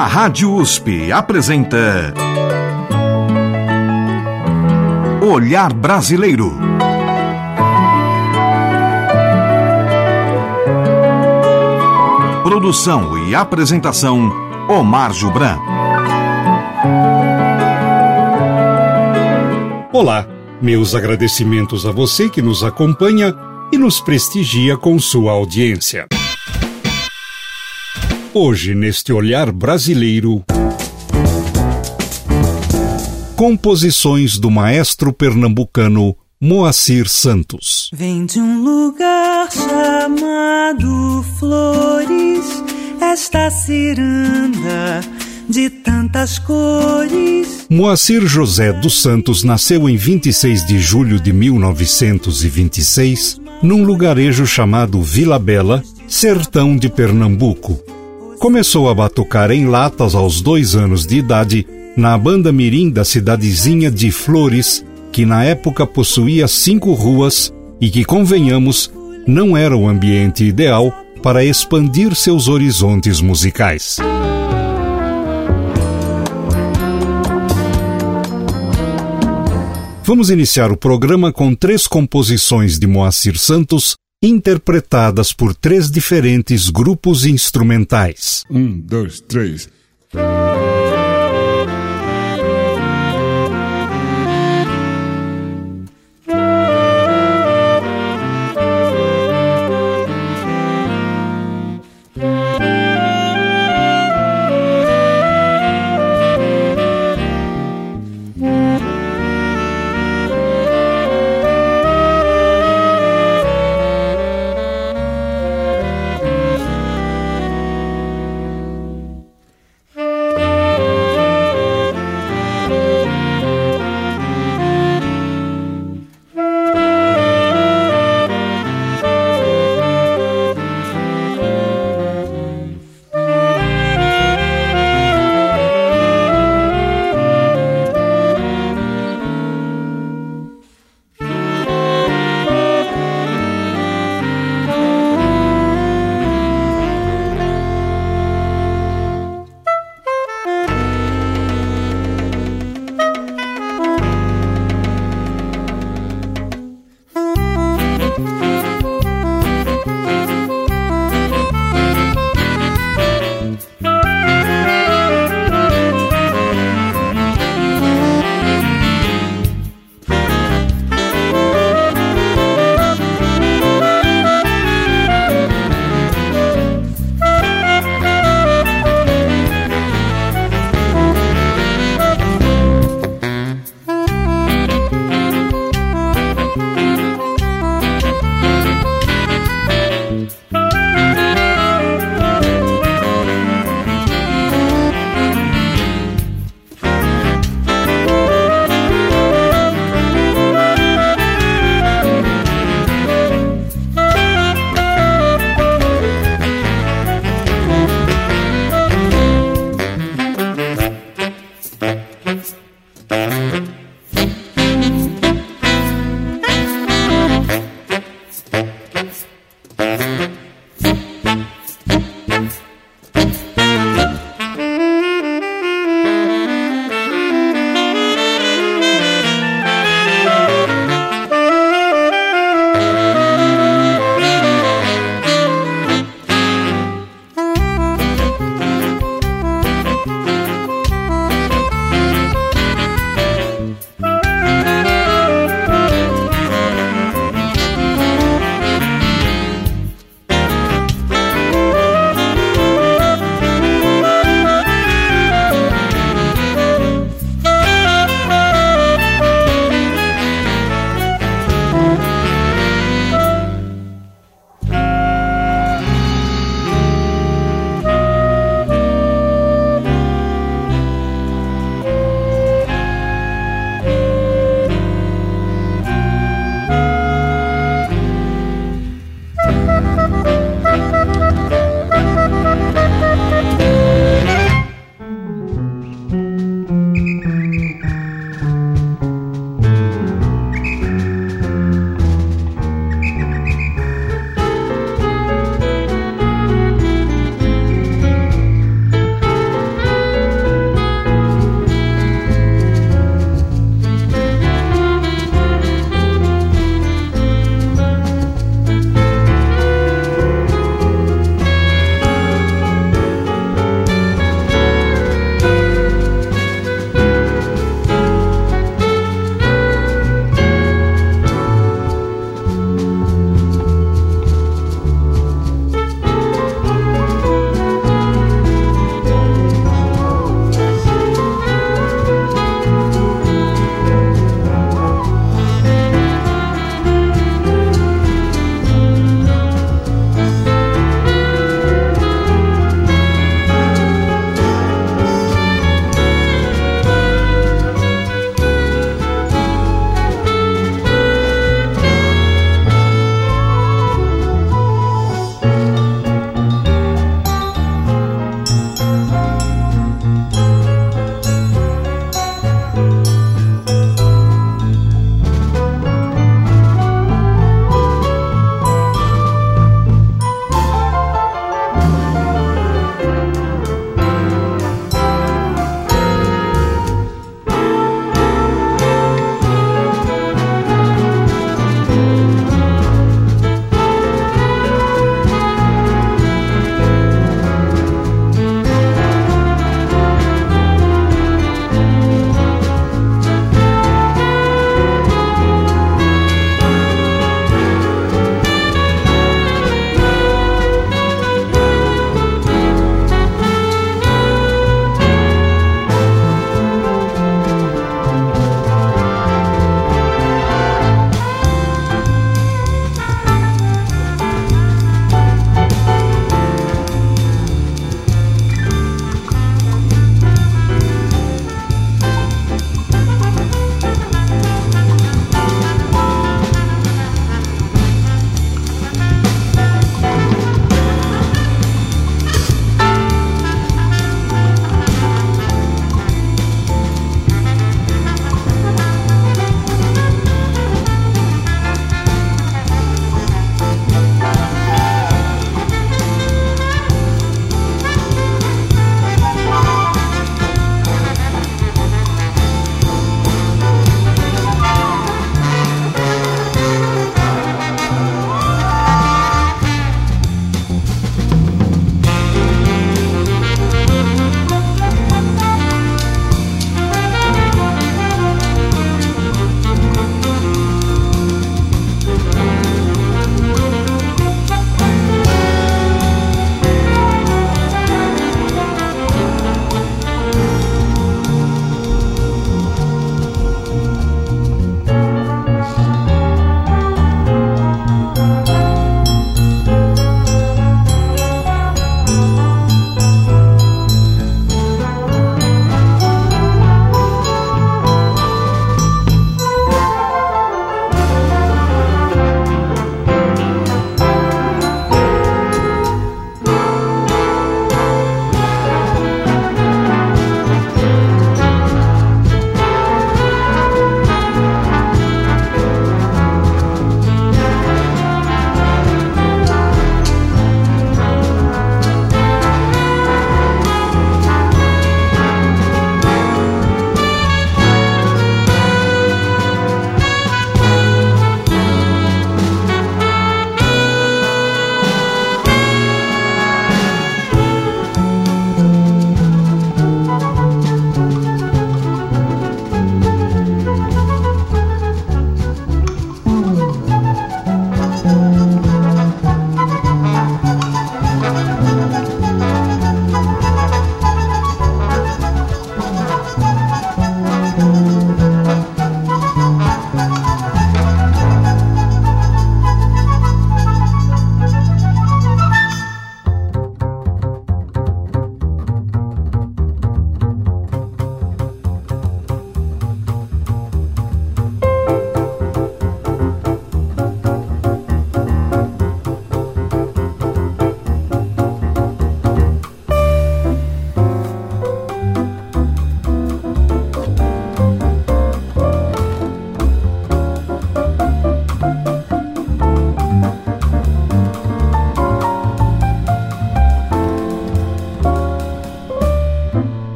A Rádio USP apresenta Olhar Brasileiro. Produção e apresentação, Omar Jubran. Olá, meus agradecimentos a você que nos acompanha e nos prestigia com sua audiência. Hoje, neste Olhar Brasileiro, composições do maestro pernambucano Moacir Santos. Vem de um lugar chamado Flores, esta ciranda de tantas cores. Moacir José dos Santos nasceu em 26 de julho de 1926, num lugarejo chamado Vila Bela, sertão de Pernambuco. Começou a batucar em latas aos 2 anos de idade na banda mirim da cidadezinha de Flores, que na época possuía 5 ruas e que, convenhamos, não era o ambiente ideal para expandir seus horizontes musicais. Vamos iniciar o programa com 3 composições de Moacir Santos, interpretadas por 3 diferentes grupos instrumentais. 1, 2, 3...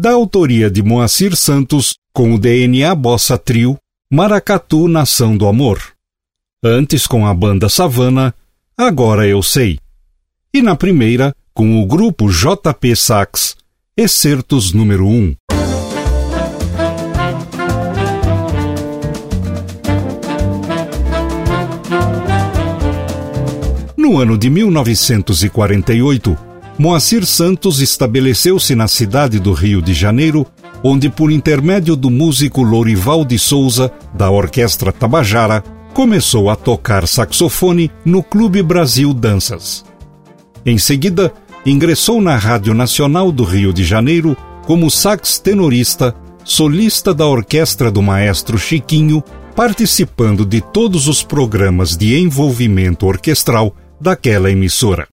da autoria de Moacir Santos, com o DNA Bossa Trio, Maracatu Nação do Amor. Antes com a banda Savana, Agora Eu Sei. E na primeira, com o grupo JP Sax, Excertos número 1. No ano de 1948, Moacir Santos estabeleceu-se na cidade do Rio de Janeiro, onde, por intermédio do músico Lourival de Souza, da Orquestra Tabajara, começou a tocar saxofone no Clube Brasil Danças. Em seguida, ingressou na Rádio Nacional do Rio de Janeiro como sax tenorista, solista da orquestra do maestro Chiquinho, participando de todos os programas de envolvimento orquestral daquela emissora.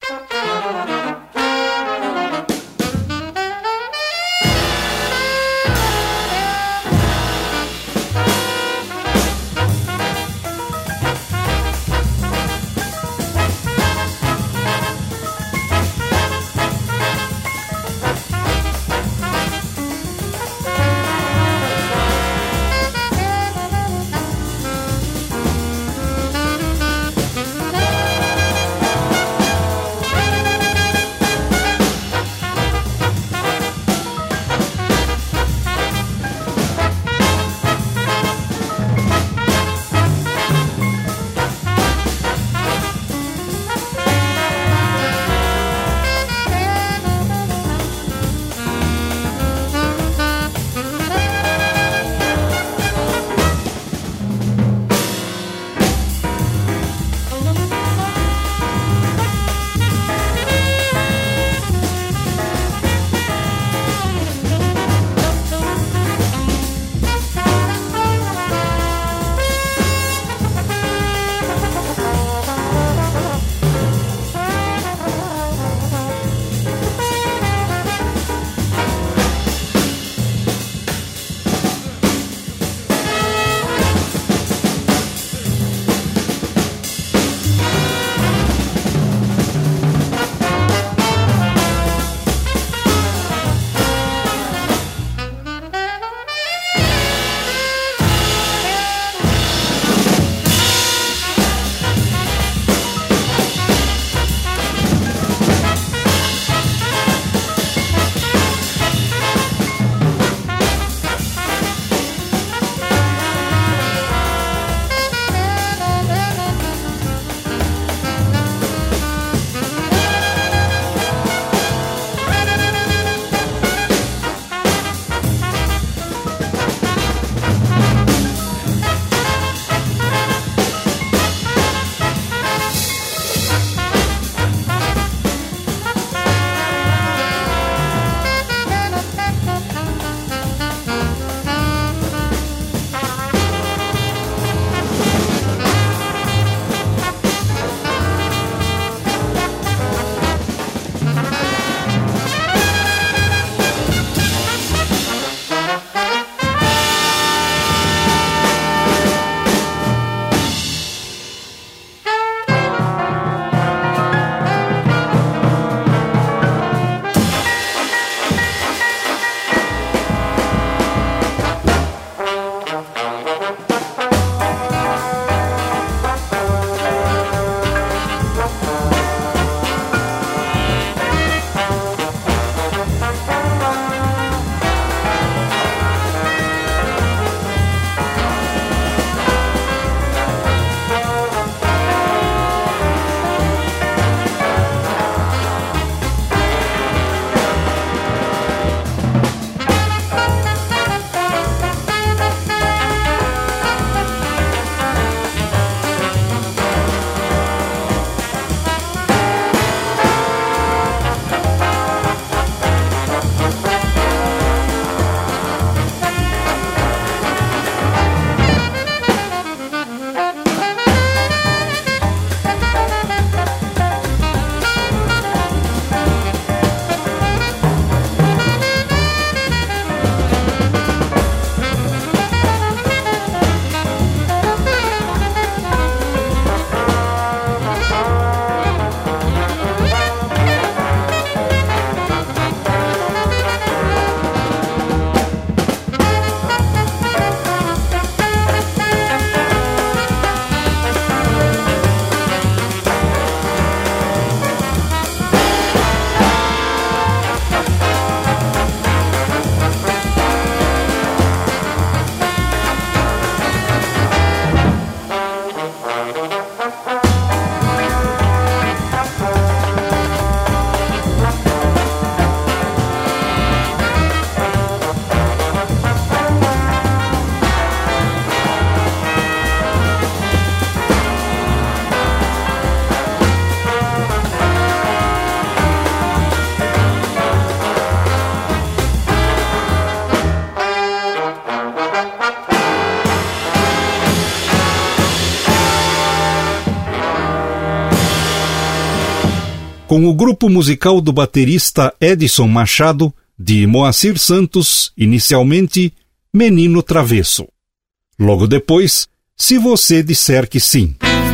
com o grupo musical do baterista Edson Machado, de Moacir Santos, inicialmente Menino Travesso. Logo depois, Se Você Disser Que Sim.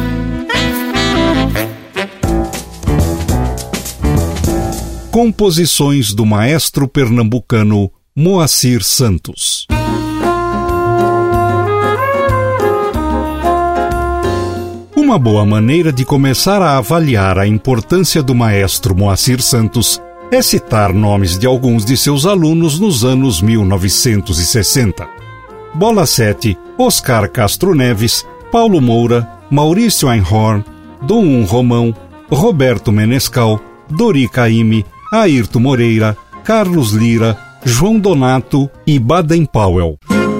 Composições do maestro pernambucano Moacir Santos. Uma boa maneira de começar a avaliar a importância do maestro Moacir Santos é citar nomes de alguns de seus alunos nos anos 1960. Bola 7, Oscar Castro Neves, Paulo Moura, Maurício Einhorn, Dom Romão, Roberto Menescal, Dori Caymmi, Ayrton Moreira, Carlos Lira, João Donato e Baden-Powell.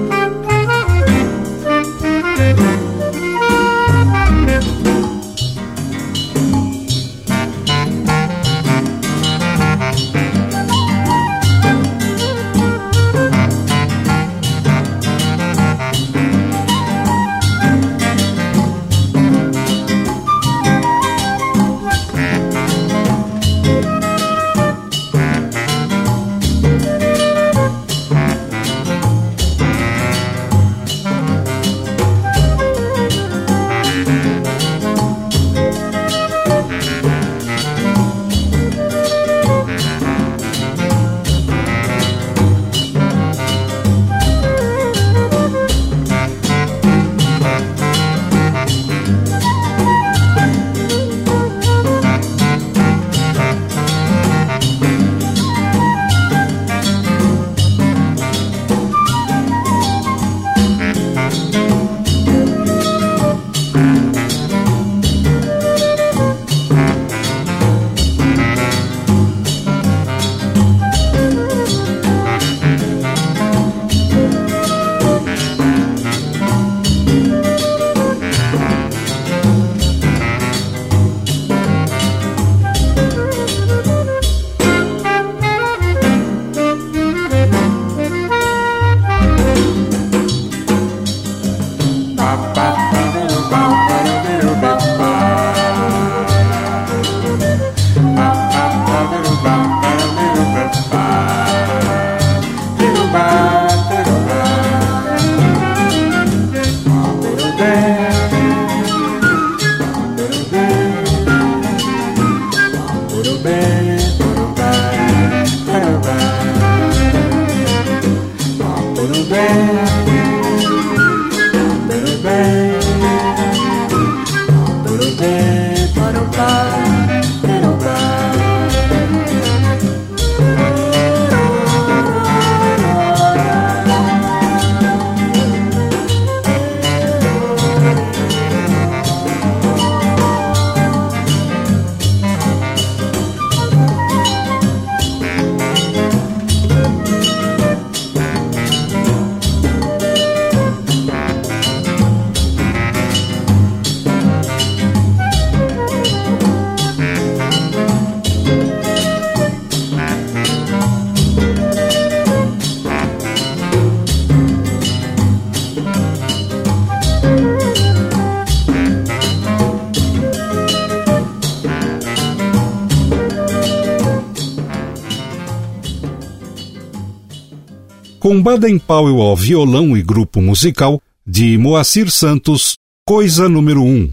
Com Baden-Powell ao violão e grupo musical, de Moacir Santos, Coisa Número 1.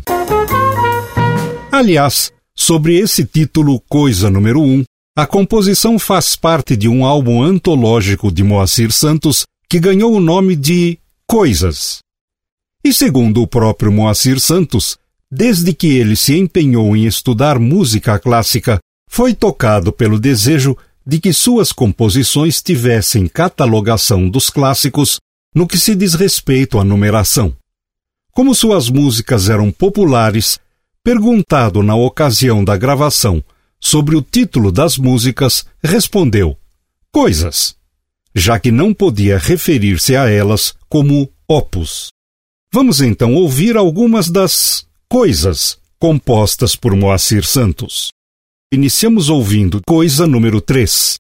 Aliás, sobre esse título Coisa Número 1, a composição faz parte de um álbum antológico de Moacir Santos que ganhou o nome de Coisas. E segundo o próprio Moacir Santos, desde que ele se empenhou em estudar música clássica, foi tocado pelo desejo de que suas composições tivessem catalogação dos clássicos no que se diz respeito à numeração. Como suas músicas eram populares, perguntado na ocasião da gravação sobre o título das músicas, respondeu: Coisas, já que não podia referir-se a elas como opus. Vamos então ouvir algumas das coisas compostas por Moacir Santos. Iniciamos ouvindo Coisa Número 3.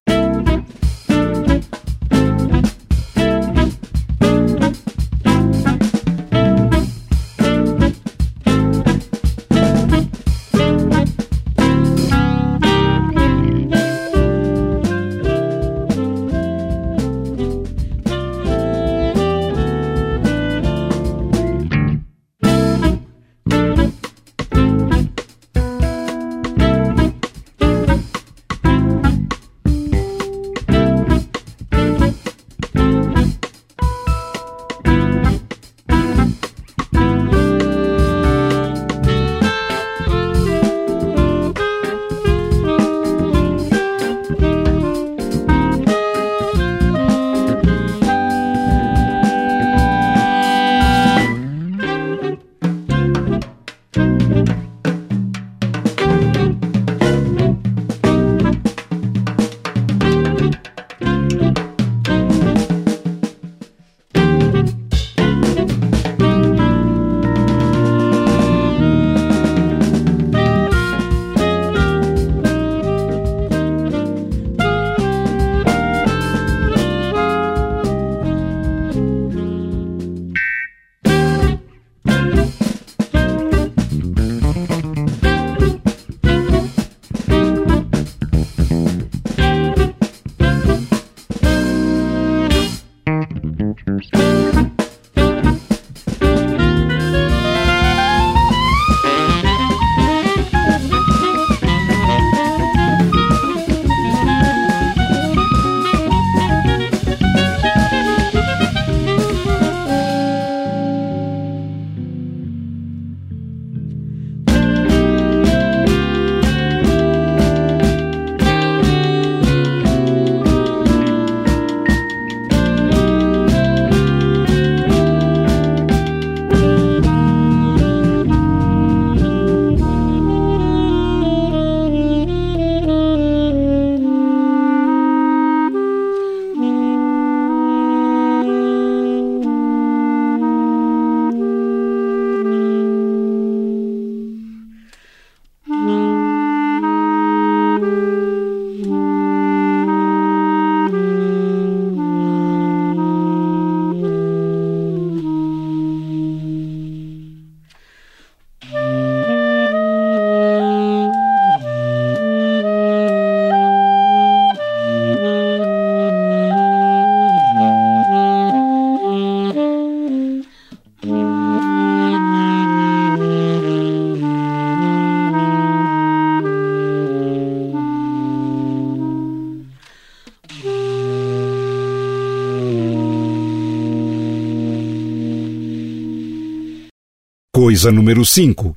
coisa número 5.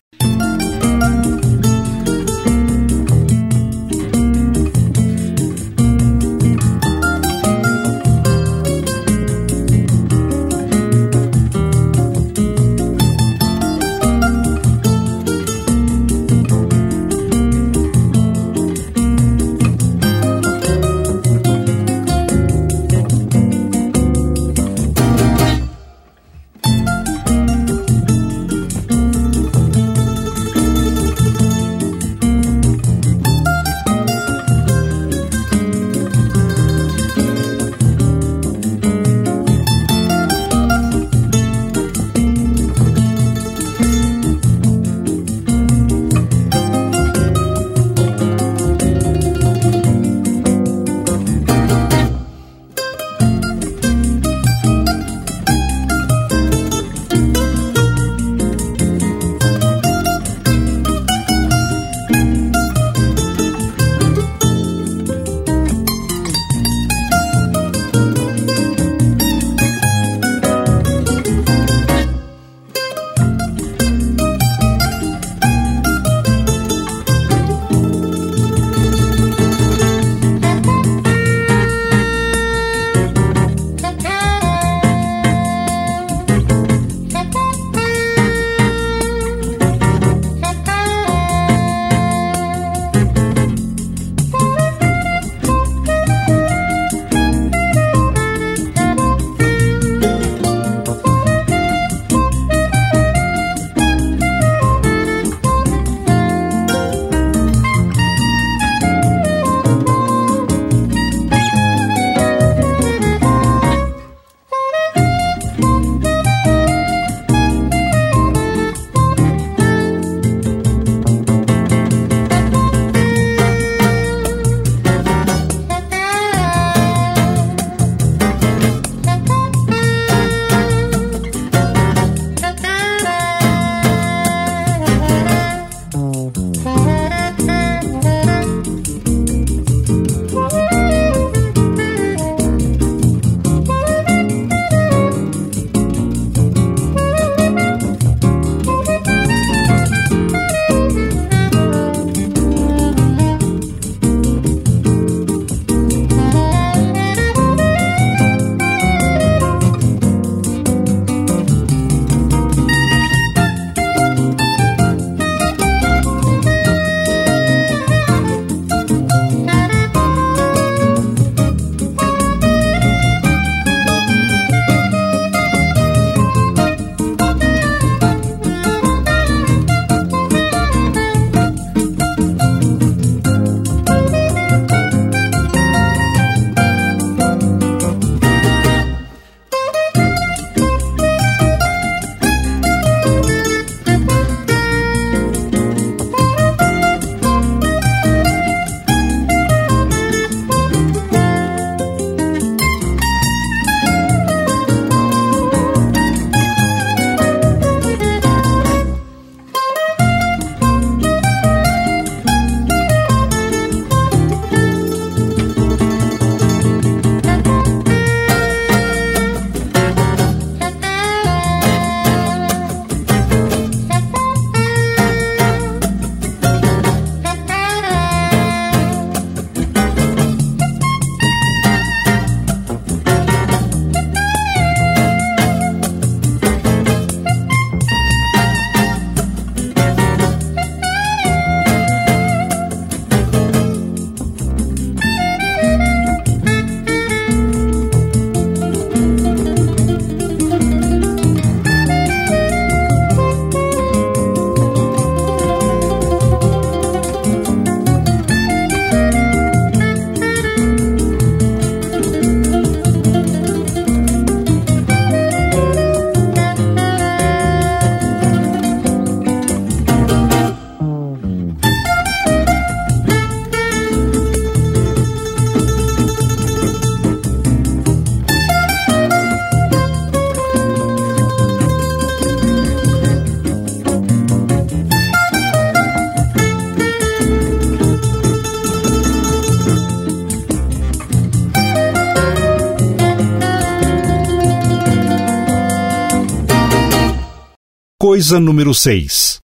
Coisa número 6.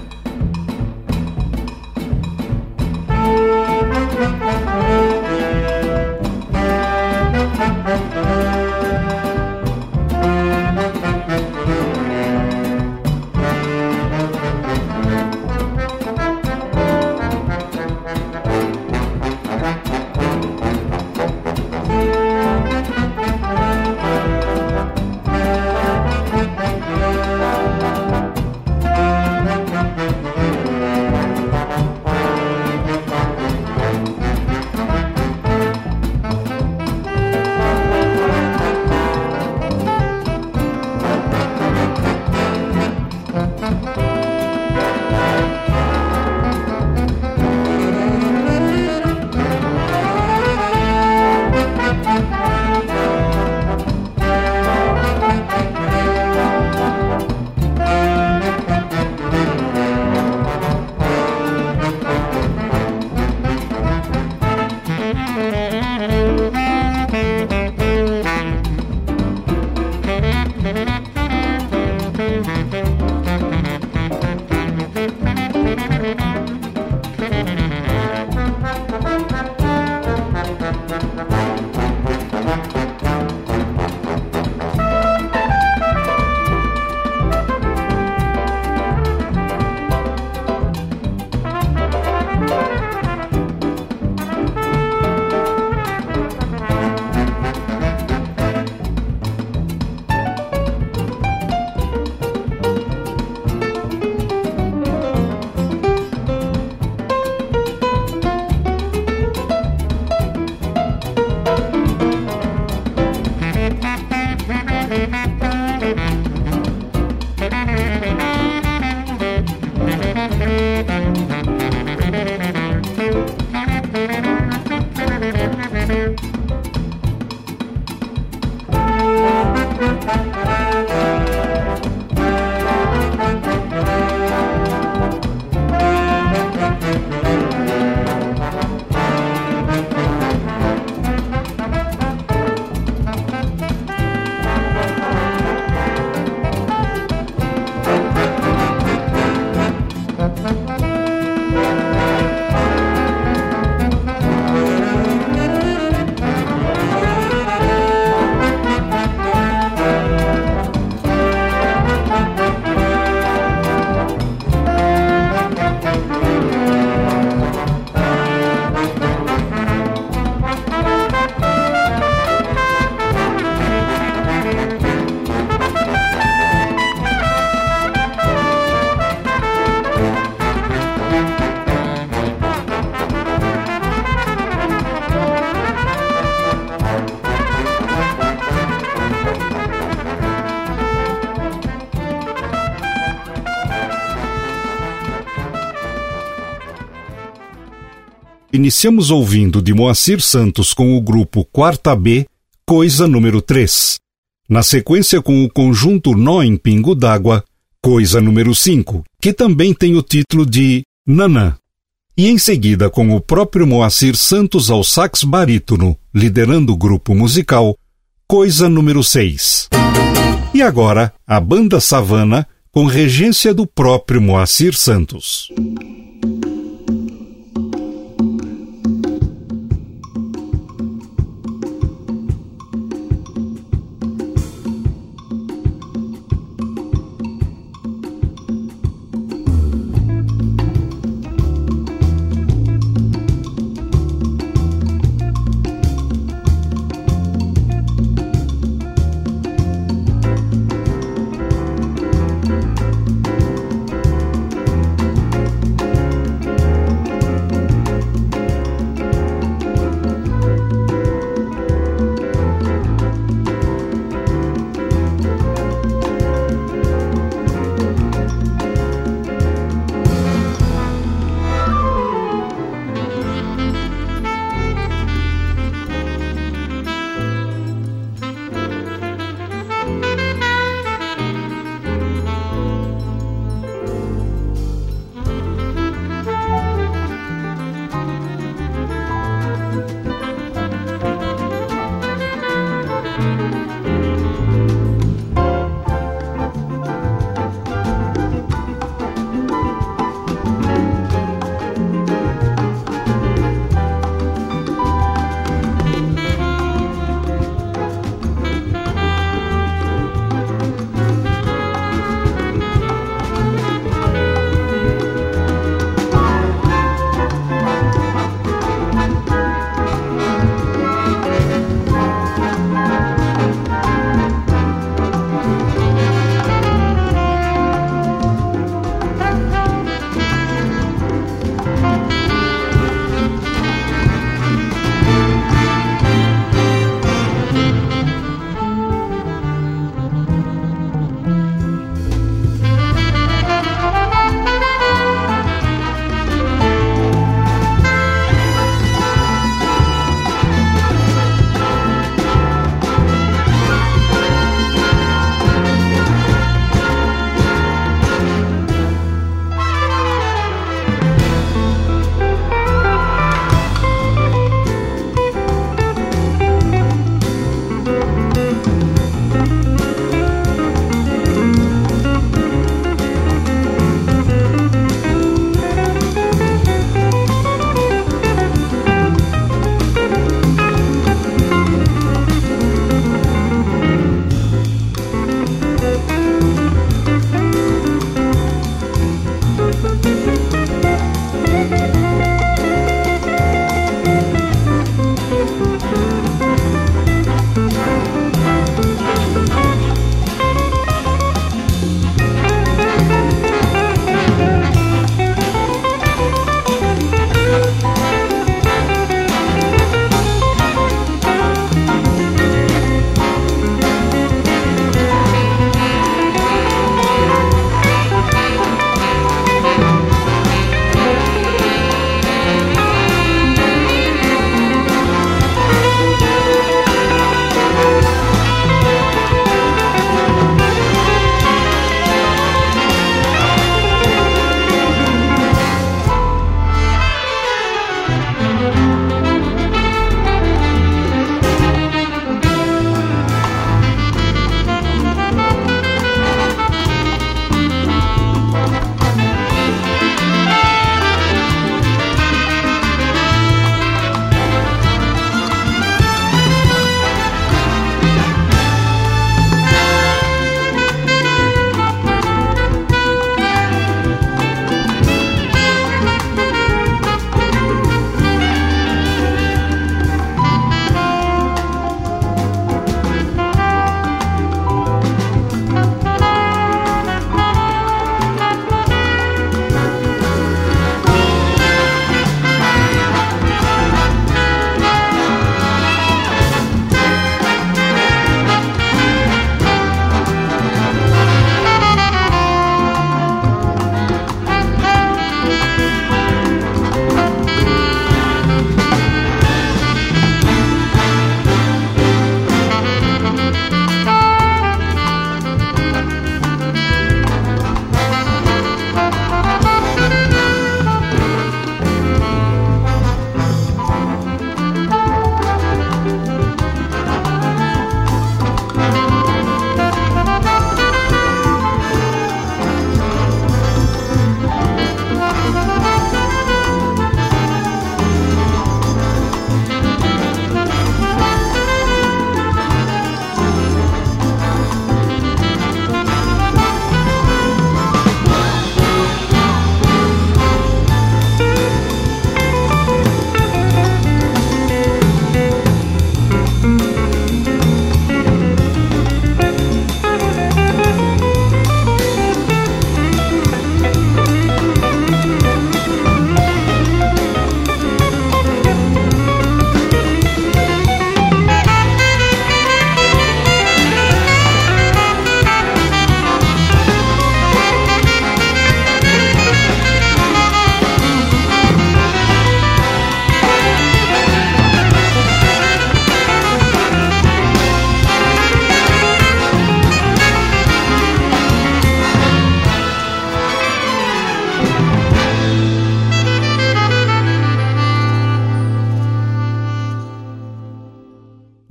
Iniciamos ouvindo de Moacir Santos com o grupo Quarta B, Coisa número 3. Na sequência com o conjunto Nó em Pingo d'Água, Coisa número 5, que também tem o título de Nanã. E em seguida com o próprio Moacir Santos ao sax barítono, liderando o grupo musical, Coisa número 6. E agora, a Banda Savana, com regência do próprio Moacir Santos.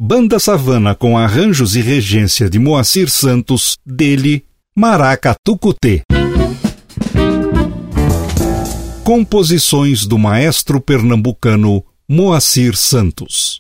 Banda Savana com arranjos e regência de Moacir Santos, dele, Maracatucutê. Composições do maestro pernambucano Moacir Santos.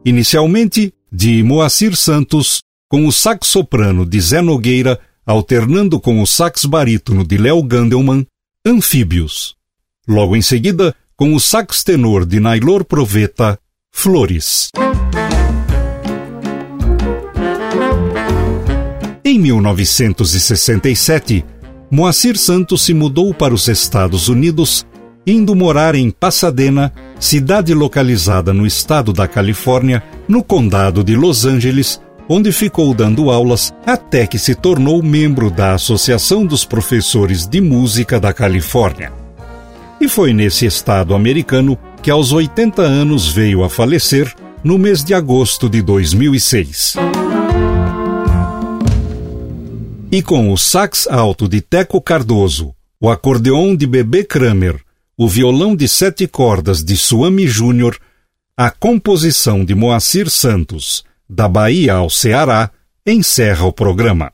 inicialmente de Moacir Santos, com o sax soprano de Zé Nogueira, alternando com o sax barítono de Léo Gandelman, Anfíbios. Logo em seguida, com o sax tenor de Nailor Proveta, Flores. Em 1967, Moacir Santos se mudou para os Estados Unidos, indo morar em Pasadena, cidade localizada no estado da Califórnia, no condado de Los Angeles, onde ficou dando aulas até que se tornou membro da Associação dos Professores de Música da Califórnia. E foi nesse estado americano que aos 80 anos veio a falecer no mês de agosto de 2006. E com o sax alto de Teco Cardoso, o acordeon de Bebê Kramer, o violão de 7 cordas de Suami Júnior, a composição de Moacir Santos, Da Bahia ao Ceará, encerra o programa.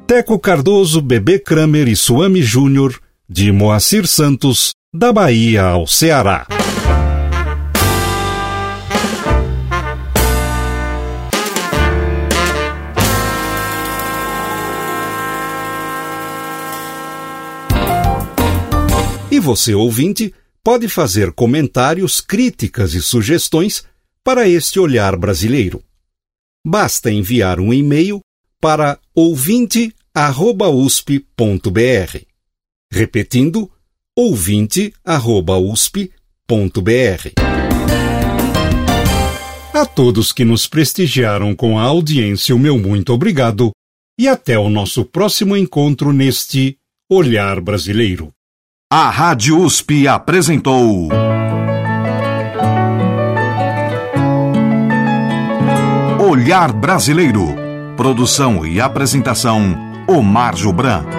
Teco Cardoso, Bebê Kramer e Suami Júnior, de Moacir Santos, da Bahia ao Ceará. E você, ouvinte, pode fazer comentários, críticas e sugestões para este Olhar Brasileiro. Basta enviar um e-mail para ouvinte@usp.br. Repetindo, ouvinte@usp.br. A todos que nos prestigiaram com a audiência, o meu muito obrigado e até o nosso próximo encontro neste Olhar Brasileiro. A Rádio USP apresentou Olhar Brasileiro. Produção e apresentação, Omar Jobran.